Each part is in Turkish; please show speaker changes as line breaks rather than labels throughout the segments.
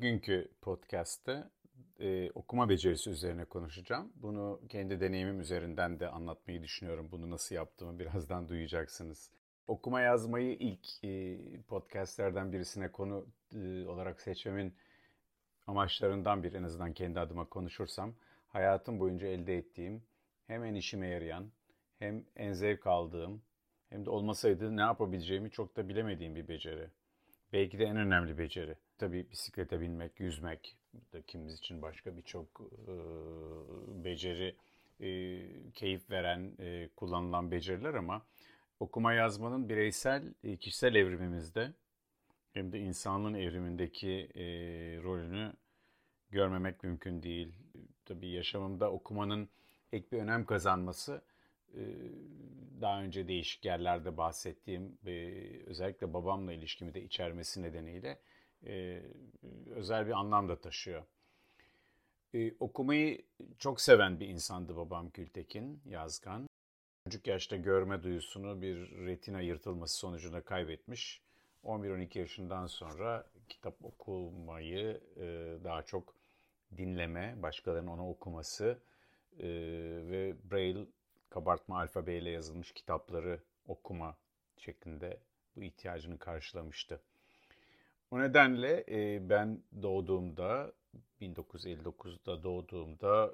Bugünkü podcast'te okuma becerisi üzerine konuşacağım. Bunu kendi deneyimim üzerinden de anlatmayı düşünüyorum. Bunu nasıl yaptığımı birazdan duyacaksınız. Okuma yazmayı ilk podcastlerden birisine konu olarak seçmemin amaçlarından biri, en azından kendi adıma konuşursam, hayatım boyunca elde ettiğim hem en işime yarayan hem en zevk aldığım hem de olmasaydı ne yapabileceğimi çok da bilemediğim bir beceri. Belki de en önemli beceri. Tabii bisiklete binmek, yüzmek da kimimiz için başka birçok beceri, keyif veren, kullanılan beceriler ama okuma yazmanın bireysel, kişisel evrimimizde hem de insanlığın evrimindeki rolünü görmemek mümkün değil. Tabii yaşamımda okumanın ek bir önem kazanması, e, daha önce değişik yerlerde bahsettiğim ve özellikle babamla ilişkimi de içermesi nedeniyle e, özel bir anlam da taşıyor. Okumayı çok seven bir insandı babam, Gültekin Yazgan. Çocuk yaşta görme duyusunu bir retina yırtılması sonucunda kaybetmiş. 11-12 yaşından sonra kitap okumayı daha çok dinleme, başkalarının onu okuması ve Braille kabartma alfabeyle yazılmış kitapları okuma şeklinde bu ihtiyacını karşılamıştı. O nedenle ben doğduğumda, 1959'da doğduğumda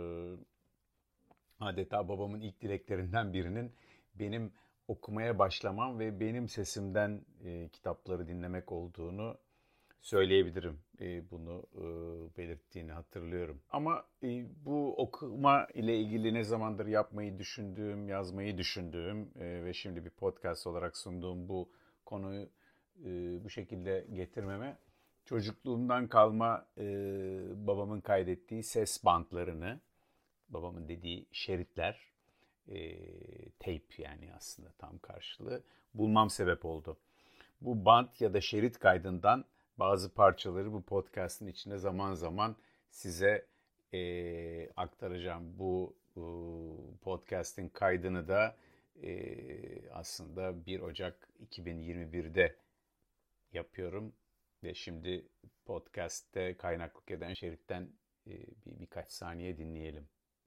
adeta babamın ilk dileklerinden birinin benim okumaya başlamam ve benim sesimden kitapları dinlemek olduğunu söyleyebilirim. Bunu belirttiğini hatırlıyorum. Ama bu okuma ile ilgili ne zamandır yapmayı düşündüğüm, yazmayı düşündüğüm ve şimdi bir podcast olarak sunduğum bu konuyu bu şekilde getirmeme, çocukluğumdan kalma babamın kaydettiği ses bantlarını, babamın dediği şeritler, tape yani aslında tam karşılığı, bulmam sebep oldu. Bu bant ya da şerit kaydından bazı parçaları bu podcast'ın içinde zaman zaman size aktaracağım. Bu podcast'in kaydını da aslında 1 Ocak 2021'de yapıyorum. Ve şimdi podcast'te kaynaklık eden şeritten birkaç saniye dinleyelim.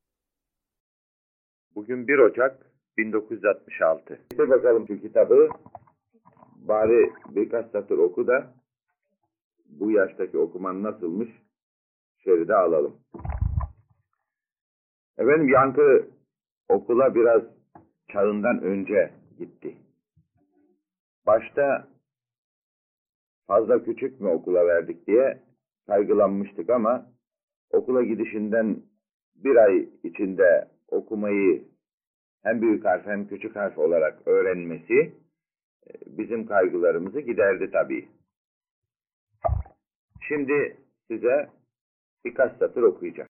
Bugün 1 Ocak 1966. İşte bakalım şu kitabı, bari birkaç satır oku da bu yaştaki okuman nasılmış şeride alalım. Efendim, Yankı okula biraz çağından önce gitti. Başta fazla küçük mü okula verdik diye kaygılanmıştık ama okula gidişinden bir ay içinde okumayı hem büyük harf hem küçük harf olarak öğrenmesi bizim kaygılarımızı giderdi tabii. Şimdi size birkaç satır okuyacağım.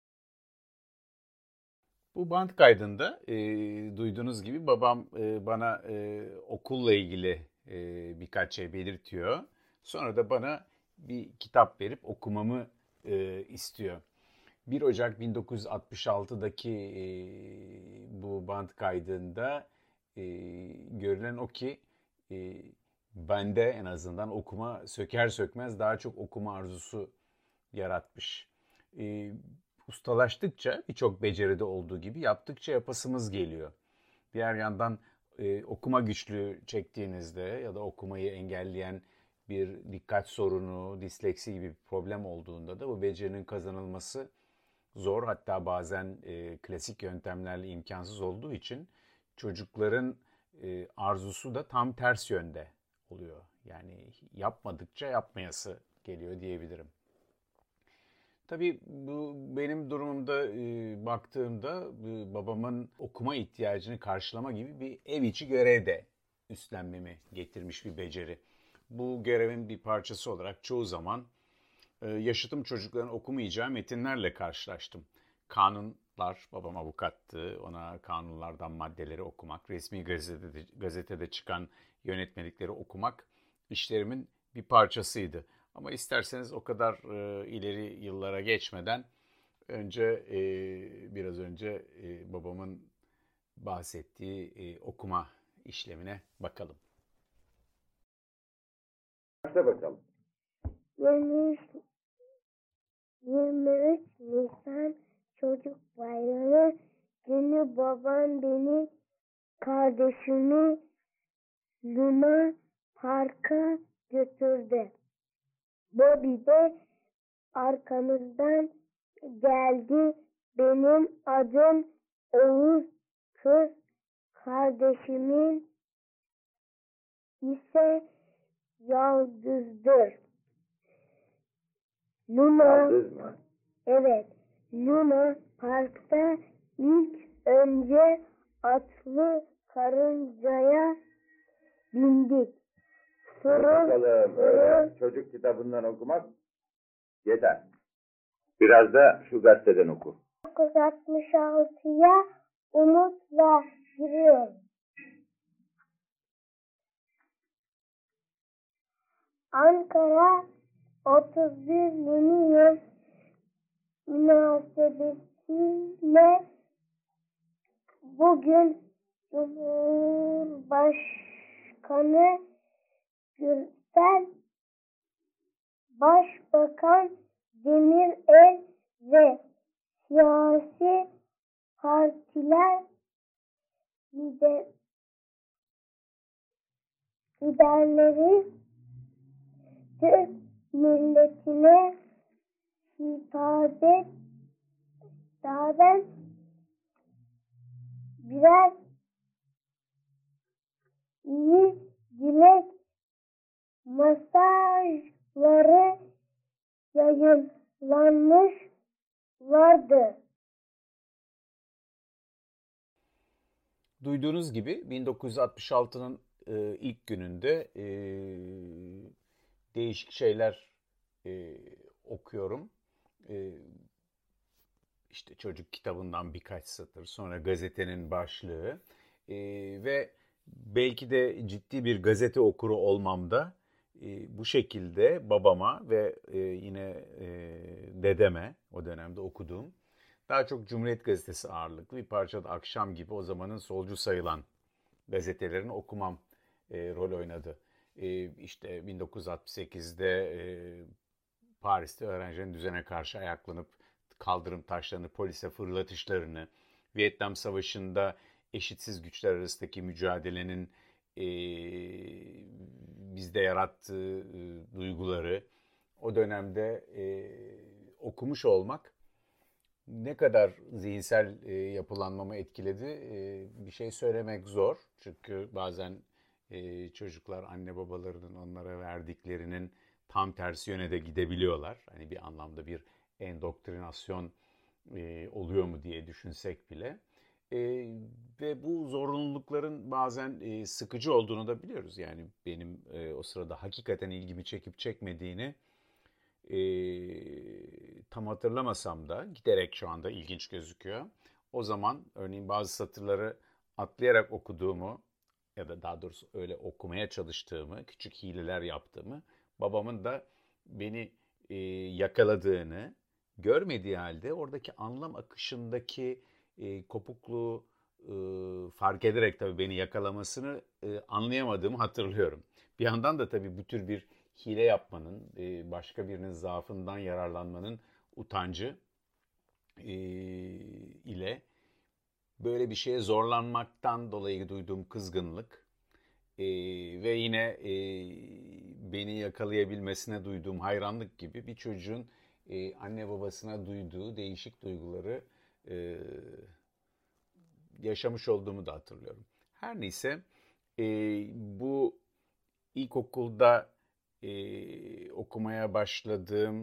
Bu band kaydında duyduğunuz gibi babam bana okulla ilgili birkaç şey belirtiyor. Sonra da bana bir kitap verip okumamı istiyor. 1 Ocak 1966'daki bu band kaydında görülen o ki bende en azından okuma söker sökmez daha çok okuma arzusu yaratmış. Ustalaştıkça birçok beceride olduğu gibi yaptıkça yapasımız geliyor. Diğer yandan okuma güçlüğü çektiğinizde ya da okumayı engelleyen bir dikkat sorunu, disleksi gibi bir problem olduğunda da bu becerinin kazanılması zor, hatta bazen klasik yöntemlerle imkansız olduğu için çocukların arzusu da tam ters yönde oluyor. Yani yapmadıkça yapmayası geliyor diyebilirim. Tabii bu benim durumumda baktığımda babamın okuma ihtiyacını karşılama gibi bir ev içi görev de üstlenmemi getirmiş bir beceri. Bu görevin bir parçası olarak çoğu zaman yaşıtım çocukların okumayacağı metinlerle karşılaştım. Kanunlar, babam avukattı, ona kanunlardan maddeleri okumak, resmi gazetede çıkan yönetmelikleri okumak işlerimin bir parçasıydı. Ama isterseniz o kadar ileri yıllara geçmeden önce biraz önce babamın bahsettiği okuma işlemine bakalım.
Başla bakalım.
Yanlış 23 Nisan Çocuk Bayramı günü babam beni, kardeşimi Luna Park'a götürdü. Bobby de arkamızdan geldi. Benim adım Oğuz, kız kardeşimin ise Yaldız'dır. Luna,
Yaldız mı?
evet, Luna Park'ta ilk önce atlı karıncaya bindik.
Bakalım öyle çocuk kitabından okumak yeter. Biraz da şu gazeteden oku.
1966'ya umutla giriyorum. Ankara 31 yeni yıl münasebetiyle bugün Cumhurbaşkanı Gürsel, Başbakan Demirel ve siyasi partiler liderleri Türk milletine hitaben birer iyi dilek mesajları yayınlanmışlardı.
Duyduğunuz gibi 1966'nın ilk gününde değişik şeyler okuyorum. İşte çocuk kitabından birkaç satır, sonra gazetenin başlığı ve belki de ciddi bir gazete okuru olmamda bu şekilde babama ve yine dedeme o dönemde okuduğum daha çok Cumhuriyet Gazetesi ağırlıklı bir parça da Akşam gibi o zamanın solcu sayılan gazetelerini okumam rol oynadı. İşte 1968'de Paris'te öğrencilerin düzene karşı ayaklanıp kaldırım taşlarını polise fırlatışlarını, Vietnam Savaşı'nda eşitsiz güçler arasındaki mücadelenin bizde yarattığı duyguları o dönemde okumuş olmak ne kadar zihinsel yapılanmamı etkiledi bir şey söylemek zor. Çünkü bazen çocuklar anne babalarının onlara verdiklerinin tam tersi yöne de gidebiliyorlar. Hani bir anlamda bir endoktrinasyon oluyor mu diye düşünsek bile. Ve bu zorunlulukların bazen sıkıcı olduğunu da biliyoruz. Yani benim o sırada hakikaten ilgimi çekip çekmediğini tam hatırlamasam da giderek şu anda ilginç gözüküyor. O zaman örneğin bazı satırları atlayarak okuduğumu ya da daha doğrusu öyle okumaya çalıştığımı, küçük hileler yaptığımı, babamın da beni yakaladığını görmediği halde oradaki anlam akışındaki kopukluğu fark ederek tabii beni yakalamasını anlayamadığımı hatırlıyorum. Bir yandan da tabii bu tür bir hile yapmanın, başka birinin zaafından yararlanmanın utancı ile böyle bir şeye zorlanmaktan dolayı duyduğum kızgınlık ve yine beni yakalayabilmesine duyduğum hayranlık gibi bir çocuğun anne babasına duyduğu değişik duyguları yaşamış olduğumu da hatırlıyorum. Her neyse bu ilkokulda okumaya başladığım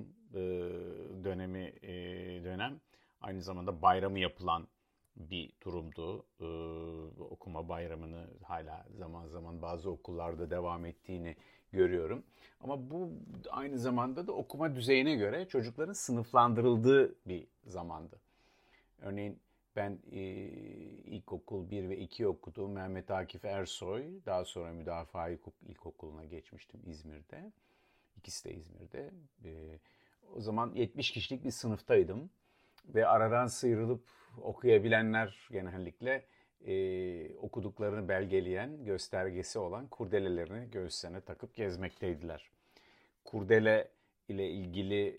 dönem aynı zamanda bayramı yapılan bir durumdu. Okuma bayramını hala zaman zaman bazı okullarda devam ettiğini görüyorum. Ama bu aynı zamanda da okuma düzeyine göre çocukların sınıflandırıldığı bir zamandı. Örneğin ben ilkokul 1 ve 2 okuduğum Mehmet Akif Ersoy, daha sonra Müdafaa İlkokulu'na geçmiştim İzmir'de. İkisi de İzmir'de. O zaman 70 kişilik bir sınıftaydım. Ve aradan sıyrılıp okuyabilenler genellikle okuduklarını belgeleyen, göstergesi olan kurdelelerini göğüslerine takıp gezmekteydiler. Kurdele ile ilgili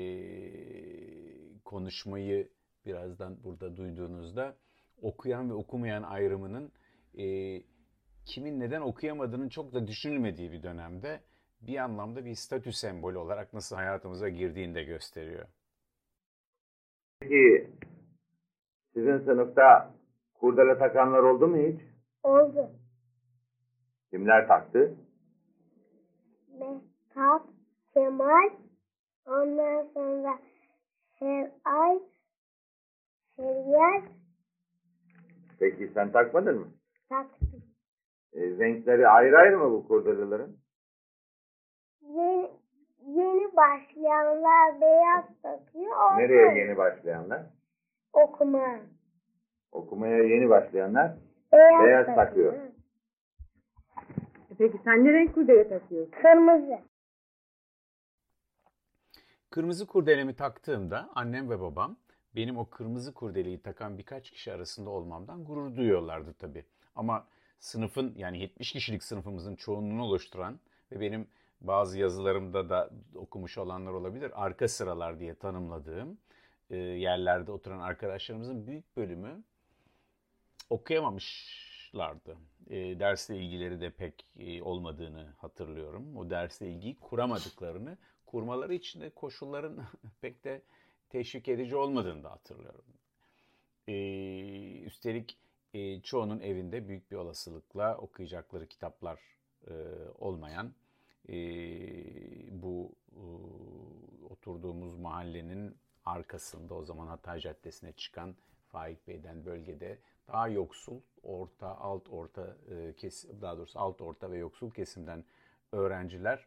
konuşmayı birazdan burada duyduğunuzda okuyan ve okumayan ayrımının kimin neden okuyamadığının çok da düşünülmediği bir dönemde bir anlamda bir statü sembolü olarak nasıl hayatımıza girdiğini de gösteriyor.
Peki sizin sınıfta kurdele takanlar oldu mu hiç?
Oldu.
Kimler taktı?
Mehtap, Kemal, ondan sonra Seray, Feryal
Peki sen takmadın mı?
taktı.
Renkleri ayrı ayrı mı bu kurdelelerin?
Yeni başlayanlar beyaz takıyor. Onlar
Nereye yeni başlayanlar?
okuma.
Okumaya yeni başlayanlar
Beyaz
takıyor.
Peki sen ne renk kurdele takıyorsun?
Kırmızı.
Kırmızı kurdelemi taktığımda annem ve babam benim o kırmızı kurdeleyi takan birkaç kişi arasında olmamdan gurur duyuyorlardı tabii. Ama sınıfın yani 70 kişilik sınıfımızın çoğunluğunu oluşturan ve benim bazı yazılarımda da okumuş olanlar olabilir, arka sıralar diye tanımladığım yerlerde oturan arkadaşlarımızın büyük bölümü okuyamamışlardı. Dersle ilgileri de pek olmadığını hatırlıyorum. O dersle ilgiyi kuramadıklarını, kurmaları için de koşulların pek de teşvik edici olmadığını da hatırlıyorum. Üstelik çoğunun evinde büyük bir olasılıkla okuyacakları kitaplar olmayan, bu oturduğumuz mahallenin arkasında o zaman Hatay Caddesi'ne çıkan Faik Bey'den bölgede daha yoksul, orta, alt orta kesim, daha doğrusu alt orta ve yoksul kesimden öğrenciler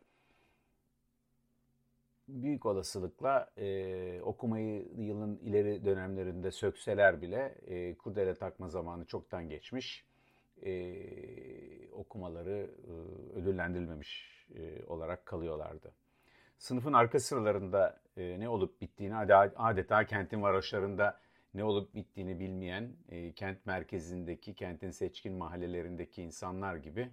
büyük olasılıkla okumayı yılın ileri dönemlerinde sökseler bile kurdele takma zamanı çoktan geçmiş. Okumaları ödüllendirilmemiş olarak kalıyorlardı. Sınıfın arka sıralarında ne olup bittiğini adeta kentin varoşlarında ne olup bittiğini bilmeyen kent merkezindeki, kentin seçkin mahallelerindeki insanlar gibi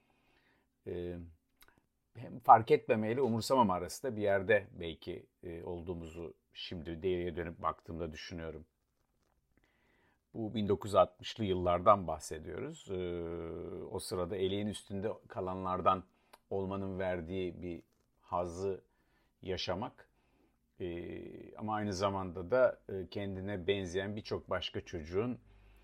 hem fark etmemeyle umursamama arasında bir yerde belki olduğumuzu şimdi geriye dönüp baktığımda düşünüyorum. Bu 1960'lı yıllardan bahsediyoruz. O sırada eleğin üstünde kalanlardan olmanın verdiği bir hazzı yaşamak ama aynı zamanda da kendine benzeyen birçok başka çocuğun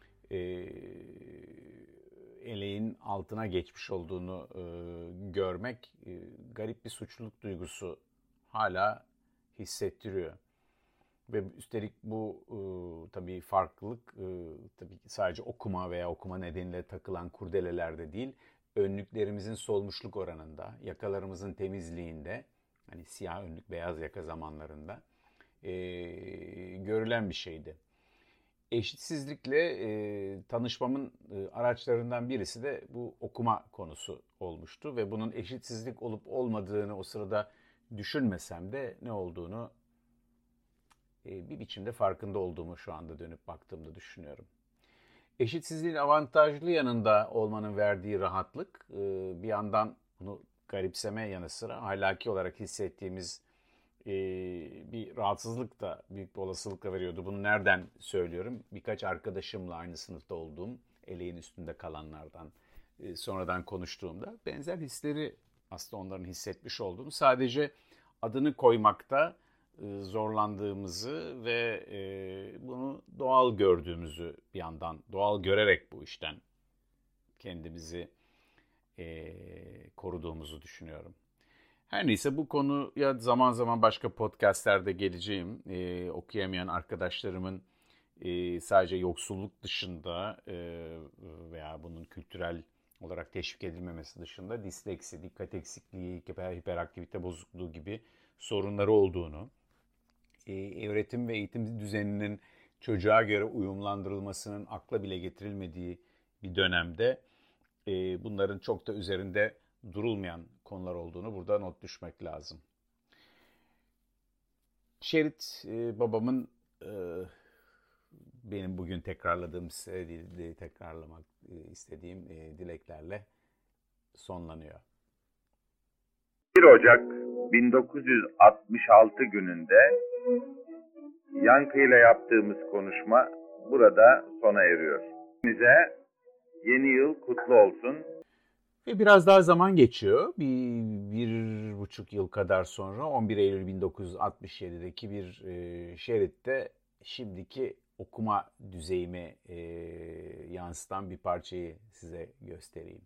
eleğin altına geçmiş olduğunu görmek garip bir suçluluk duygusu hala hissettiriyor. Ve üstelik bu tabii farklılık tabii sadece okuma veya okuma nedeniyle takılan kurdelelerde değil, önlüklerimizin solmuşluk oranında, yakalarımızın temizliğinde, hani siyah önlük beyaz yaka zamanlarında görülen bir şeydi. Eşitsizlikle tanışmamın araçlarından birisi de bu okuma konusu olmuştu ve bunun eşitsizlik olup olmadığını o sırada düşünmesem de ne olduğunu bir biçimde farkında olduğumu şu anda dönüp baktığımda düşünüyorum. Eşitsizliğin avantajlı yanında olmanın verdiği rahatlık bir yandan bunu garipseme yanı sıra ahlaki olarak hissettiğimiz bir rahatsızlık da büyük bir olasılıkla veriyordu. Bunu nereden söylüyorum? Birkaç arkadaşımla aynı sınıfta olduğum, eleğin üstünde kalanlardan sonradan konuştuğumda benzer hisleri aslında onların hissetmiş olduğunu, sadece adını koymakta zorlandığımızı ve bunu doğal gördüğümüzü bir yandan, doğal görerek bu işten kendimizi koruduğumuzu düşünüyorum. Her neyse bu konuya zaman zaman başka podcastlerde geleceğim. Okuyamayan arkadaşlarımın sadece yoksulluk dışında veya bunun kültürel olarak teşvik edilmemesi dışında disleksi, dikkat eksikliği, hiperaktivite bozukluğu gibi sorunları olduğunu, öğretim ve eğitim düzeninin çocuğa göre uyumlandırılmasının akla bile getirilmediği bir dönemde bunların çok da üzerinde durulmayan konular olduğunu burada not düşmek lazım. Şerit babamın benim bugün tekrarladığım, tekrarlamak istediğim dileklerle sonlanıyor.
1 Ocak 1966 gününde Yankı'yla yaptığımız konuşma burada sona eriyor. Hepinize yeni yıl kutlu olsun.
Ve biraz daha zaman geçiyor. Bir buçuk yıl kadar sonra 11 Eylül 1967'deki bir şeritte şimdiki okuma düzeyimi yansıtan bir parçayı size göstereyim.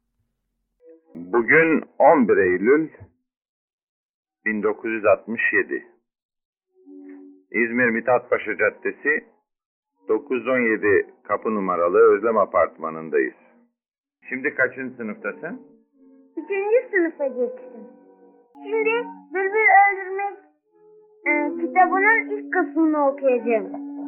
Bugün 11 Eylül 1967. İzmir Mithatpaşa Caddesi 917 kapı numaralı Özlem Apartmanı'ndayız. Şimdi kaçıncı sınıftasın?
3. sınıfa geçtim. Şimdi Bülbül Öldürmek kitabının ilk kısmını okuyacağım.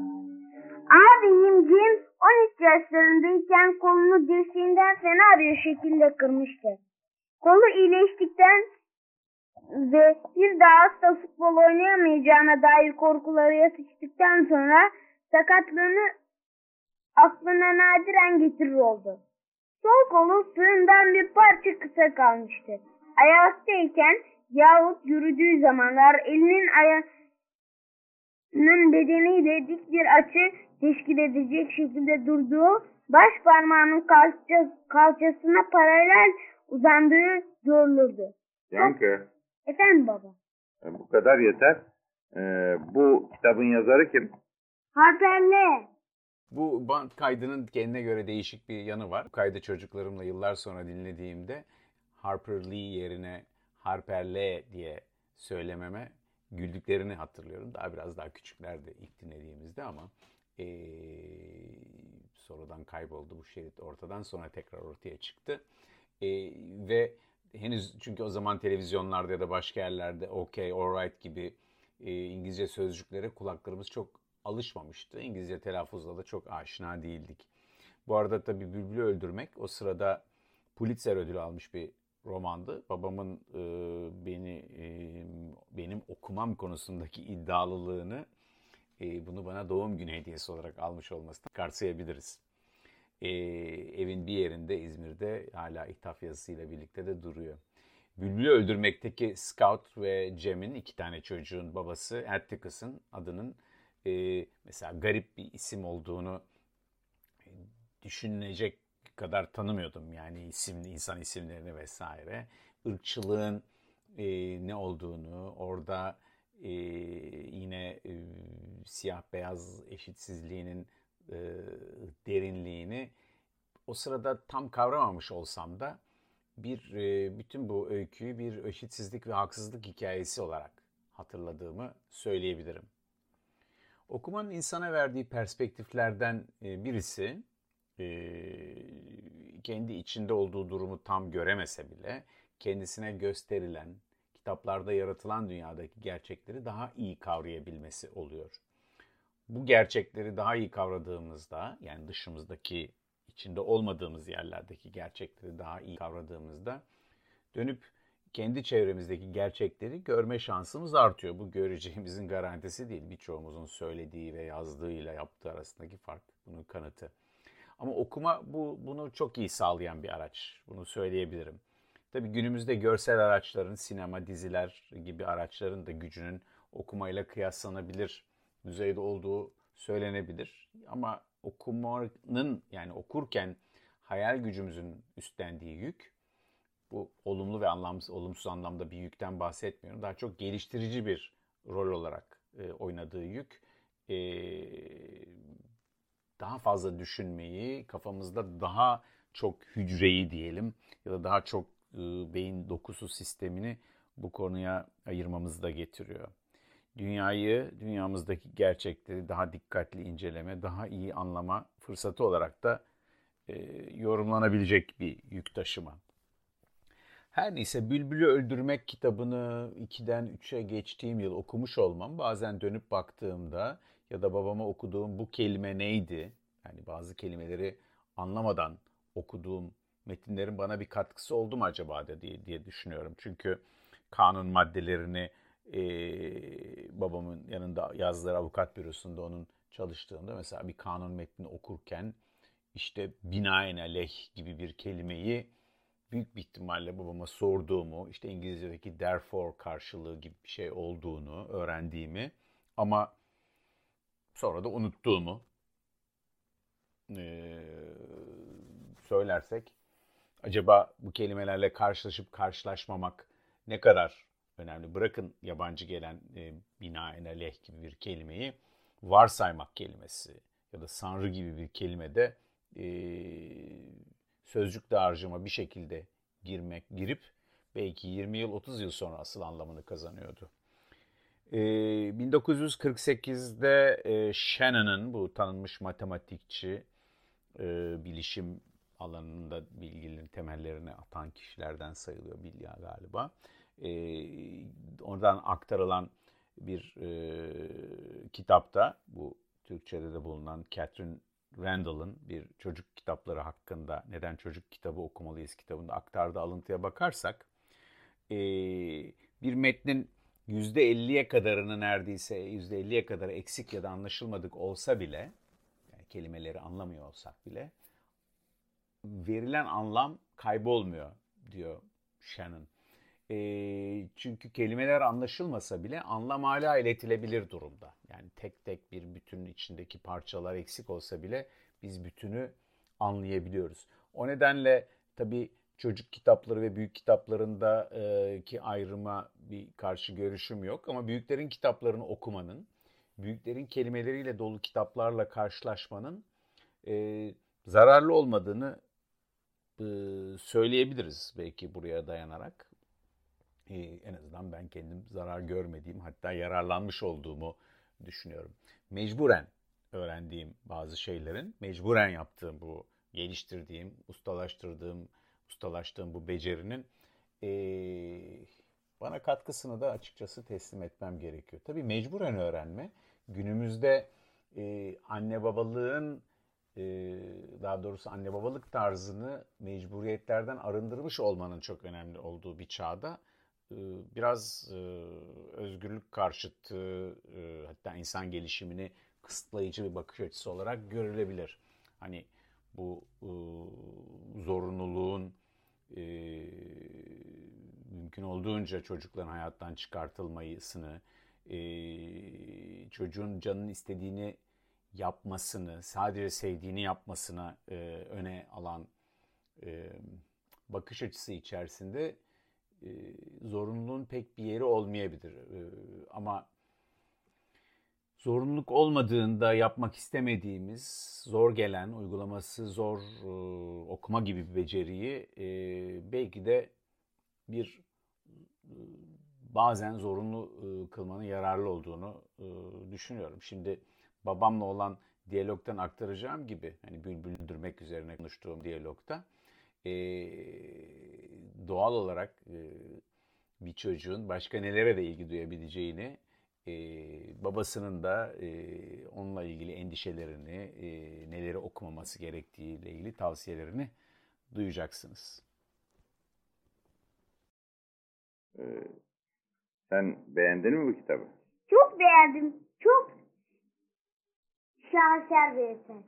Abim Jim 13 yaşlarındayken kolunu dirseğinden fena bir şekilde kırmıştı. Kolu iyileştikten ve bir daha asla futbol oynayamayacağına dair korkuları yatıştıktan sonra sakatlığını aklına nadiren getirir oldu. Sol kolu sığından bir parça kısa kalmıştı. Ayaktayken yahut yürüdüğü zamanlar elinin ayağının bedeniyle dik bir açı teşkil edecek şekilde durduğu, baş parmağının kalçasına paralel uzandığı görülürdü.
Yankı.
Efendim baba?
Bu kadar yeter. Bu kitabın yazarı kim?
Harper Lee.
Bu band kaydının kendine göre değişik bir yanı var. Bu kaydı çocuklarımla yıllar sonra dinlediğimde Harper Lee yerine Harper Lee diye söylememe güldüklerini hatırlıyorum. Biraz daha küçüklerdi ilk dinlediğimizde ama sonradan kayboldu bu şerit ortadan, sonra tekrar ortaya çıktı. Ve henüz, çünkü o zaman televizyonlarda ya da başka yerlerde okay, alright gibi İngilizce sözcüklere kulaklarımız çok alışmamıştı. İngilizce telaffuzla da çok aşina değildik. Bu arada tabii Bülbül'ü Öldürmek o sırada Pulitzer ödülü almış bir romandı. Babamın benim okumam konusundaki iddialılığını bunu bana doğum günü hediyesi olarak almış olmasını karsayabiliriz. Evin bir yerinde İzmir'de hala ithaf yazısıyla birlikte de duruyor. Bülbül'ü Öldürmek'teki Scout ve Cem'in, iki tane çocuğun babası Atticus'ın adının mesela garip bir isim olduğunu düşünecek kadar tanımıyordum. Yani insan isimlerini vesaire. Irkçılığın ne olduğunu, orada yine siyah beyaz eşitsizliğinin derinliğini o sırada tam kavramamış olsam da bütün bu öyküyü bir eşitsizlik ve haksızlık hikayesi olarak hatırladığımı söyleyebilirim. Okumanın insana verdiği perspektiflerden birisi, kendi içinde olduğu durumu tam göremese bile kendisine gösterilen, kitaplarda yaratılan dünyadaki gerçekleri daha iyi kavrayabilmesi oluyor. Bu gerçekleri daha iyi kavradığımızda, yani dışımızdaki, içinde olmadığımız yerlerdeki gerçekleri daha iyi kavradığımızda dönüp kendi çevremizdeki gerçekleri görme şansımız artıyor. Bu göreceğimizin garantisi değil. Birçoğumuzun söylediği ve yazdığıyla yaptığı arasındaki fark bunun kanıtı. Ama okuma bunu çok iyi sağlayan bir araç. Bunu söyleyebilirim. Tabii günümüzde görsel araçların, sinema, diziler gibi araçların da gücünün okumayla kıyaslanabilir düzeyde olduğu söylenebilir. Ama okumanın, yani okurken hayal gücümüzün üstlendiği yük, bu olumlu ve olumsuz anlamda bir yükten bahsetmiyorum. Daha çok geliştirici bir rol olarak oynadığı yük, daha fazla düşünmeyi, kafamızda daha çok hücreyi diyelim ya da daha çok beyin dokusu sistemini bu konuya ayırmamızı da getiriyor. Dünyamızdaki gerçekleri daha dikkatli inceleme, daha iyi anlama fırsatı olarak da yorumlanabilecek bir yük taşıma. Her neyse, Bülbül'ü Öldürmek kitabını 2'den 3'e geçtiğim yıl okumuş olmam, bazen dönüp baktığımda ya da babama okuduğum bu kelime neydi? Yani bazı kelimeleri anlamadan okuduğum metinlerin bana bir katkısı oldu mu acaba diye düşünüyorum. Çünkü kanun maddelerini babamın yanında yazdığı avukat bürosunda onun çalıştığında mesela bir kanun metnini okurken işte binaenaleyh gibi bir kelimeyi büyük bir ihtimalle babama sorduğumu, işte İngilizce'deki therefore karşılığı gibi bir şey olduğunu öğrendiğimi ama sonra da unuttuğumu e, söylersek, acaba bu kelimelerle karşılaşıp karşılaşmamak ne kadar önemli? Bırakın yabancı gelen binaenaleyh gibi bir kelimeyi, varsaymak kelimesi ya da sanrı gibi bir kelime de e, sözcük dağarcığıma bir şekilde girip belki 20 yıl 30 yıl sonra asıl anlamını kazanıyordu. 1948'de Shannon'ın, bu tanınmış matematikçi, bilişim alanında bilginin temellerini atan kişilerden sayılıyor Bilya galiba. Oradan aktarılan bir kitapta, bu Türkçe'de de bulunan Catherine Randall'ın bir çocuk kitapları hakkında neden çocuk kitabı okumalıyız kitabında aktardığı alıntıya bakarsak, bir metnin %50'ye kadarını, neredeyse %50'ye kadar eksik ya da anlaşılmadık olsa bile, yani kelimeleri anlamıyor olsak bile, verilen anlam kaybolmuyor diyor Shannon. Çünkü kelimeler anlaşılmasa bile anlam hala iletilebilir durumda. Yani tek tek bir bütünün içindeki parçalar eksik olsa bile biz bütünü anlayabiliyoruz. O nedenle tabii çocuk kitapları ve büyük kitaplarında ki ayrıma bir karşı görüşüm yok. Ama büyüklerin kitaplarını okumanın, büyüklerin kelimeleriyle dolu kitaplarla karşılaşmanın zararlı olmadığını söyleyebiliriz belki buraya dayanarak. En azından ben kendim zarar görmediğim, hatta yararlanmış olduğumu düşünüyorum. Mecburen öğrendiğim bazı şeylerin, mecburen yaptığım bu, geliştirdiğim, ustalaştığım bu becerinin bana katkısını da açıkçası teslim etmem gerekiyor. Tabii mecburen öğrenme günümüzde anne babalığın, daha doğrusu anne babalık tarzını mecburiyetlerden arındırmış olmanın çok önemli olduğu bir çağda biraz özgürlük karşıtı, hatta insan gelişimini kısıtlayıcı bir bakış açısı olarak görülebilir. Hani bu zorunluluğun mümkün olduğunca çocukların hayattan çıkartılmasını, çocuğun canının istediğini yapmasını, sadece sevdiğini yapmasına öne alan bakış açısı içerisinde zorunluluğun pek bir yeri olmayabilir. Ama zorunluluk olmadığında yapmak istemediğimiz, zor gelen, uygulaması zor okuma gibi bir beceriyi belki de bir bazen zorunlu kılmanın yararlı olduğunu düşünüyorum. Şimdi babamla olan diyalogtan aktaracağım gibi, hani bülbül öldürmek üzerine konuştuğum diyalogta, doğal olarak bir çocuğun başka nelere de ilgi duyabileceğini, babasının da onunla ilgili endişelerini, neleri okumaması gerektiğiyle ilgili tavsiyelerini duyacaksınız.
Sen beğendin mi bu kitabı?
Çok beğendim. Çok şaheser bir eser.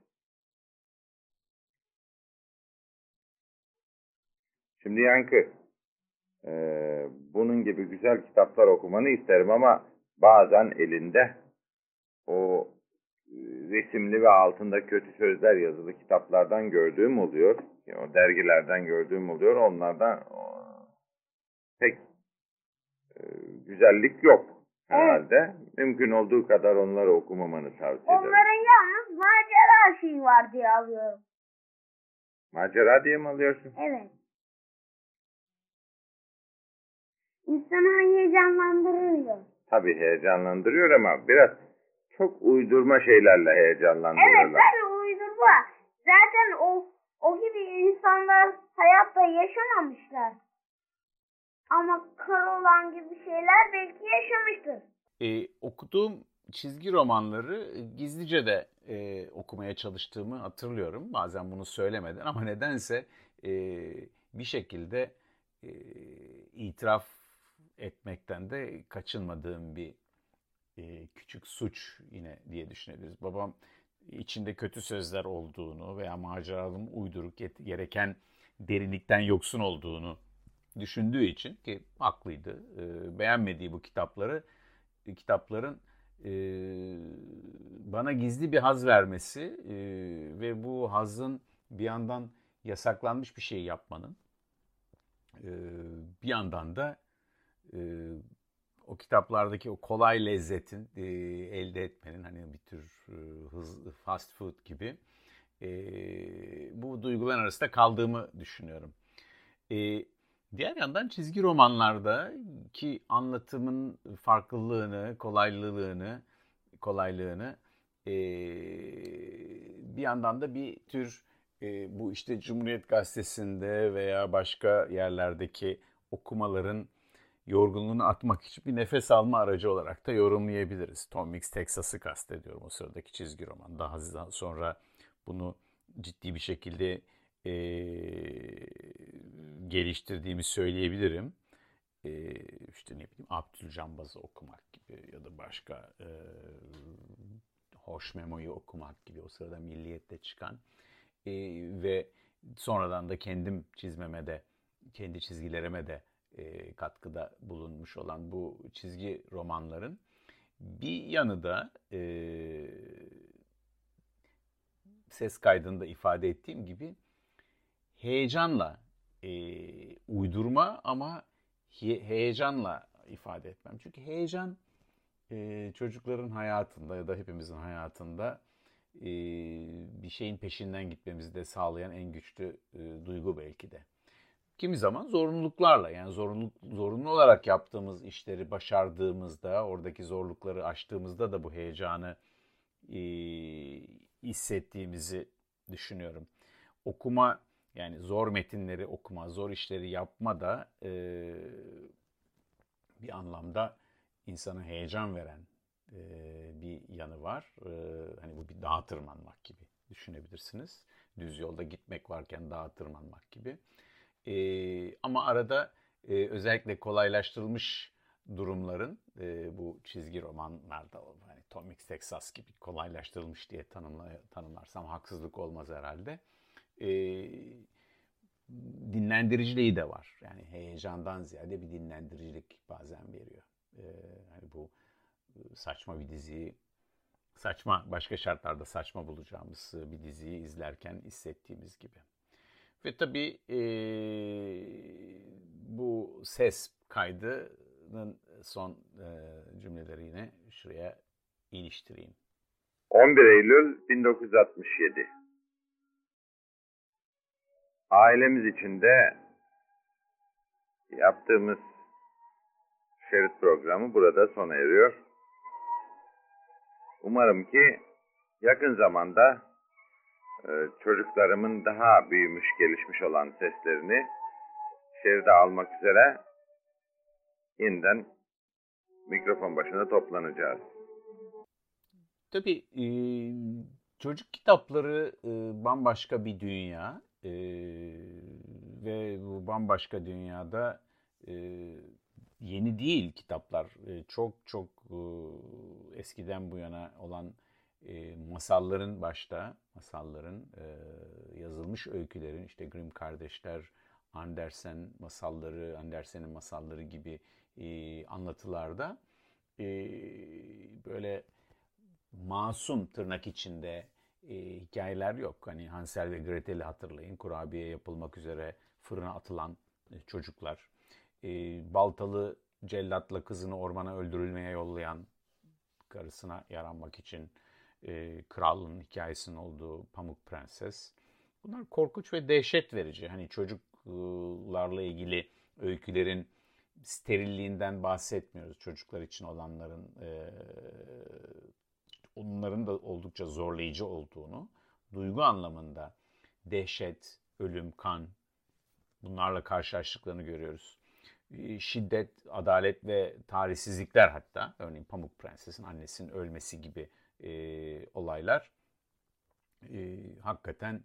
Şimdi Yankı, bunun gibi güzel kitaplar okumanı isterim ama bazen elinde o resimli ve altında kötü sözler yazılı kitaplardan gördüğüm oluyor. O dergilerden gördüğüm oluyor. Onlardan pek güzellik yok herhalde. Evet. Mümkün olduğu kadar onları okumamanı tavsiye ederim.
Onların yalnız macera şeyi var diye alıyorum.
Macera diye mi alıyorsun?
Evet. İnsanı heyecanlandırıyor.
Tabii heyecanlandırıyor ama biraz çok uydurma şeylerle heyecanlandırıyorlar.
Evet, tabii uydurma. Zaten o gibi insanlar hayatta yaşamamışlar. Ama kar olan gibi şeyler belki yaşamıştır.
Okuduğum çizgi romanları gizlice de okumaya çalıştığımı hatırlıyorum. Bazen bunu söylemeden ama nedense bir şekilde itiraf etmekten de kaçınmadığım bir küçük suç yine diye düşünebiliriz. Babam içinde kötü sözler olduğunu veya maceralının uyduruk gereken derinlikten yoksun olduğunu düşündüğü için, ki haklıydı, beğenmediği bu kitapların bana gizli bir haz vermesi ve bu hazın bir yandan yasaklanmış bir şey yapmanın, bir yandan da o kitaplardaki o kolay lezzetin elde etmenin, hani bir tür fast food gibi, bu duyguların arasında kaldığımı düşünüyorum. Diğer yandan çizgi romanlardaki anlatımın farklılığını, kolaylığını bir yandan da bir tür bu işte Cumhuriyet Gazetesi'nde veya başka yerlerdeki okumaların yorgunluğunu atmak için bir nefes alma aracı olarak da yorumlayabiliriz. Tom Mix Texas'ı kastediyorum, o sıradaki çizgi roman. Daha sonra bunu ciddi bir şekilde geliştirdiğimi söyleyebilirim. İşte ne bileyim, Abdülcambaz'ı okumak gibi ya da başka Hoş Memo'yu okumak gibi, o sırada Milliyet'te çıkan ve sonradan da kendi çizgilerime de katkıda bulunmuş olan bu çizgi romanların bir yanı da ses kaydında ifade ettiğim gibi heyecanla uydurma, ama heyecanla ifade etmem. Çünkü heyecan çocukların hayatında ya da hepimizin hayatında bir şeyin peşinden gitmemizi de sağlayan en güçlü duygu belki de. Kimi zaman zorunluluklarla, yani zorunlu olarak yaptığımız işleri başardığımızda, oradaki zorlukları aştığımızda da bu heyecanı hissettiğimizi düşünüyorum. Okuma, yani zor metinleri okuma, zor işleri yapma da bir anlamda insana heyecan veren bir yanı var. Hani bu bir dağa tırmanmak gibi düşünebilirsiniz. Düz yolda gitmek varken dağa tırmanmak gibi. Ama arada özellikle kolaylaştırılmış durumların, bu çizgi romanlarda, hani Tom Mix Texas gibi kolaylaştırılmış diye tanımlarsam haksızlık olmaz herhalde. Dinlendiriciliği de var. Yani heyecandan ziyade bir dinlendiricilik bazen veriyor. Hani bu saçma bir diziyi, başka şartlarda saçma bulacağımız bir diziyi izlerken hissettiğimiz gibi. Ve tabii bu ses kaydının son cümleleri yine şuraya iliştireyim.
11 Eylül 1967. Ailemiz içinde yaptığımız şerit programı burada sona eriyor. Umarım ki yakın zamanda çocuklarımın daha büyümüş, gelişmiş olan seslerini şeride almak üzere yeniden mikrofon başına toplanacağız.
Tabii çocuk kitapları bambaşka bir dünya ve bu bambaşka dünyada yeni değil kitaplar. Çok çok eskiden bu yana olan masalların, yazılmış öykülerin, işte Grimm kardeşler, Andersen'in masalları gibi anlatılarda böyle masum, tırnak içinde hikayeler yok. Hani Hansel ve Gretel'i hatırlayın. Kurabiye yapılmak üzere fırına atılan çocuklar. Baltalı cellatla kızını ormana öldürülmeye yollayan, karısına yaranmak için kralın hikayesinin olduğu Pamuk Prenses. Bunlar korkunç ve dehşet verici. Hani çocuklarla ilgili öykülerin sterilliğinden bahsetmiyoruz. Çocuklar için olanların, onların da oldukça zorlayıcı olduğunu, duygu anlamında dehşet, ölüm, kan, bunlarla karşılaştıklarını görüyoruz. Şiddet, adalet ve tarihsizlikler, hatta örneğin Pamuk Prenses'in annesinin ölmesi gibi olaylar hakikaten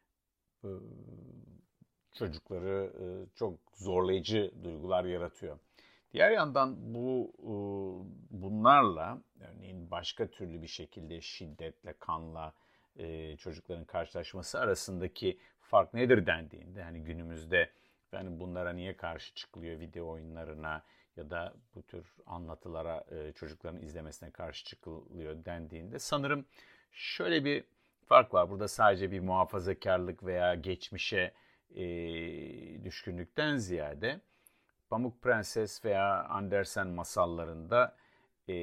çocukları çok zorlayıcı duygular yaratıyor. Diğer yandan bunlarla, örneğin başka türlü bir şekilde şiddetle, kanla çocukların karşılaşması arasındaki fark nedir dendiğinde, hani günümüzde yani bunlara niye karşı çıkılıyor, video oyunlarına ya da bu tür anlatılara çocukların izlemesine karşı çıkılıyor dendiğinde sanırım şöyle bir fark var. Burada sadece bir muhafazakarlık veya geçmişe düşkünlükten ziyade Pamuk Prenses veya Andersen masallarında e,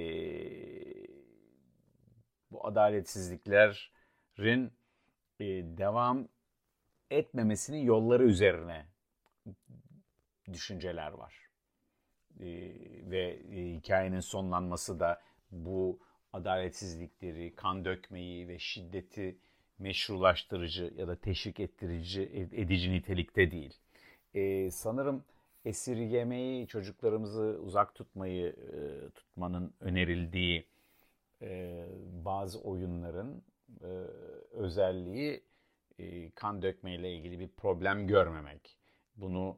bu adaletsizliklerin devam etmemesinin yolları üzerine düşünceler var. Ve hikayenin sonlanması da bu adaletsizlikleri, kan dökmeyi ve şiddeti meşrulaştırıcı ya da teşvik edici nitelikte değil. Sanırım esirgemeyi, çocuklarımızı uzak tutmanın önerildiği bazı oyunların özelliği kan dökmeyle ilgili bir problem görmemek. Bunu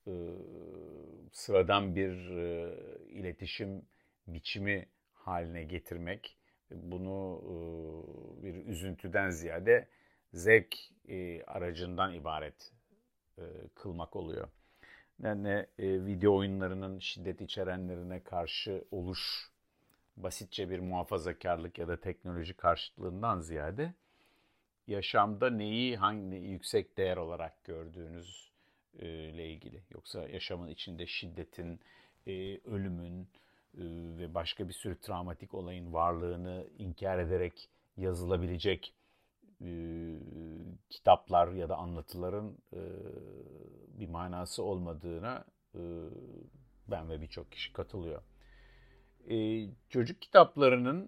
sıradan bir iletişim biçimi haline getirmek, bunu bir üzüntüden ziyade zevk aracından ibaret kılmak oluyor. Yani video oyunlarının şiddet içerenlerine karşı oluş basitçe bir muhafazakarlık ya da teknoloji karşıtlığından ziyade yaşamda neyi hangi yüksek değer olarak gördüğünüz ile ilgili. Yoksa yaşamın içinde şiddetin, ölümün ve başka bir sürü travmatik olayın varlığını inkar ederek yazılabilecek kitaplar ya da anlatıların bir manası olmadığına ben ve birçok kişi katılıyor. Çocuk kitaplarının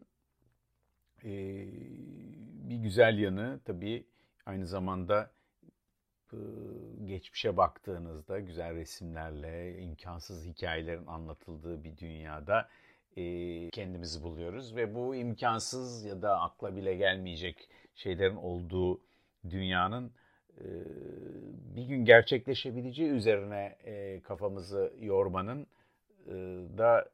bir güzel yanı tabii aynı zamanda geçmişe baktığınızda güzel resimlerle, imkansız hikayelerin anlatıldığı bir dünyada kendimizi buluyoruz. Ve bu imkansız ya da akla bile gelmeyecek şeylerin olduğu dünyanın bir gün gerçekleşebileceği üzerine kafamızı yormanın da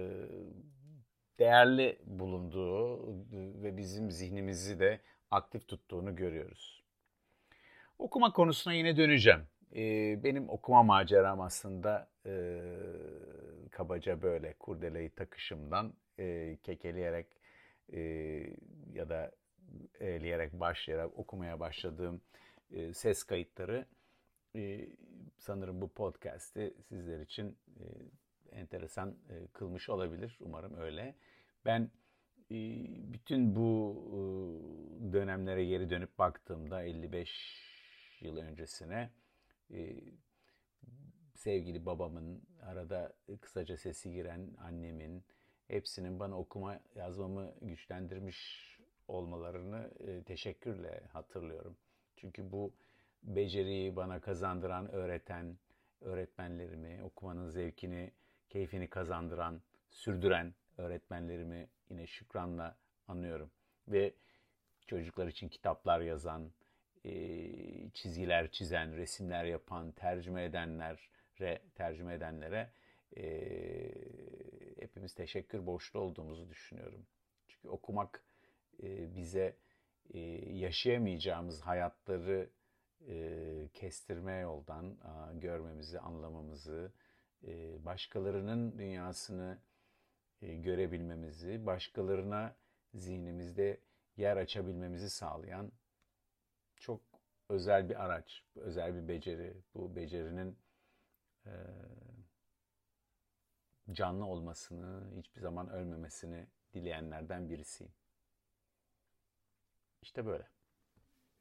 değerli bulunduğu ve bizim zihnimizi de aktif tuttuğunu görüyoruz. Okuma konusuna yine döneceğim. Benim okuma maceram aslında kabaca böyle kurdeleyi takışımdan kekeleyerek ya da eleyerek başlayarak okumaya başladığım ses kayıtları sanırım bu podcast'i sizler için enteresan kılmış olabilir. Umarım öyle. Ben bütün bu dönemlere geri dönüp baktığımda 55 yıl öncesine sevgili babamın, arada kısaca sesi giren annemin, hepsinin bana okuma yazmamı güçlendirmiş olmalarını teşekkürle hatırlıyorum. Çünkü bu beceriyi bana kazandıran, öğreten öğretmenlerimi, okumanın zevkini, keyfini kazandıran, sürdüren öğretmenlerimi yine şükranla anıyorum. Ve çocuklar için kitaplar yazan, çizgiler çizen, resimler yapan, tercüme edenlere hepimiz teşekkür borçlu olduğumuzu düşünüyorum. Çünkü okumak bize yaşayamayacağımız hayatları kestirme yoldan görmemizi, anlamamızı, başkalarının dünyasını görebilmemizi, başkalarına zihnimizde yer açabilmemizi sağlayan çok özel bir araç, özel bir beceri. Bu becerinin canlı olmasını, hiçbir zaman ölmemesini dileyenlerden birisiyim. İşte böyle.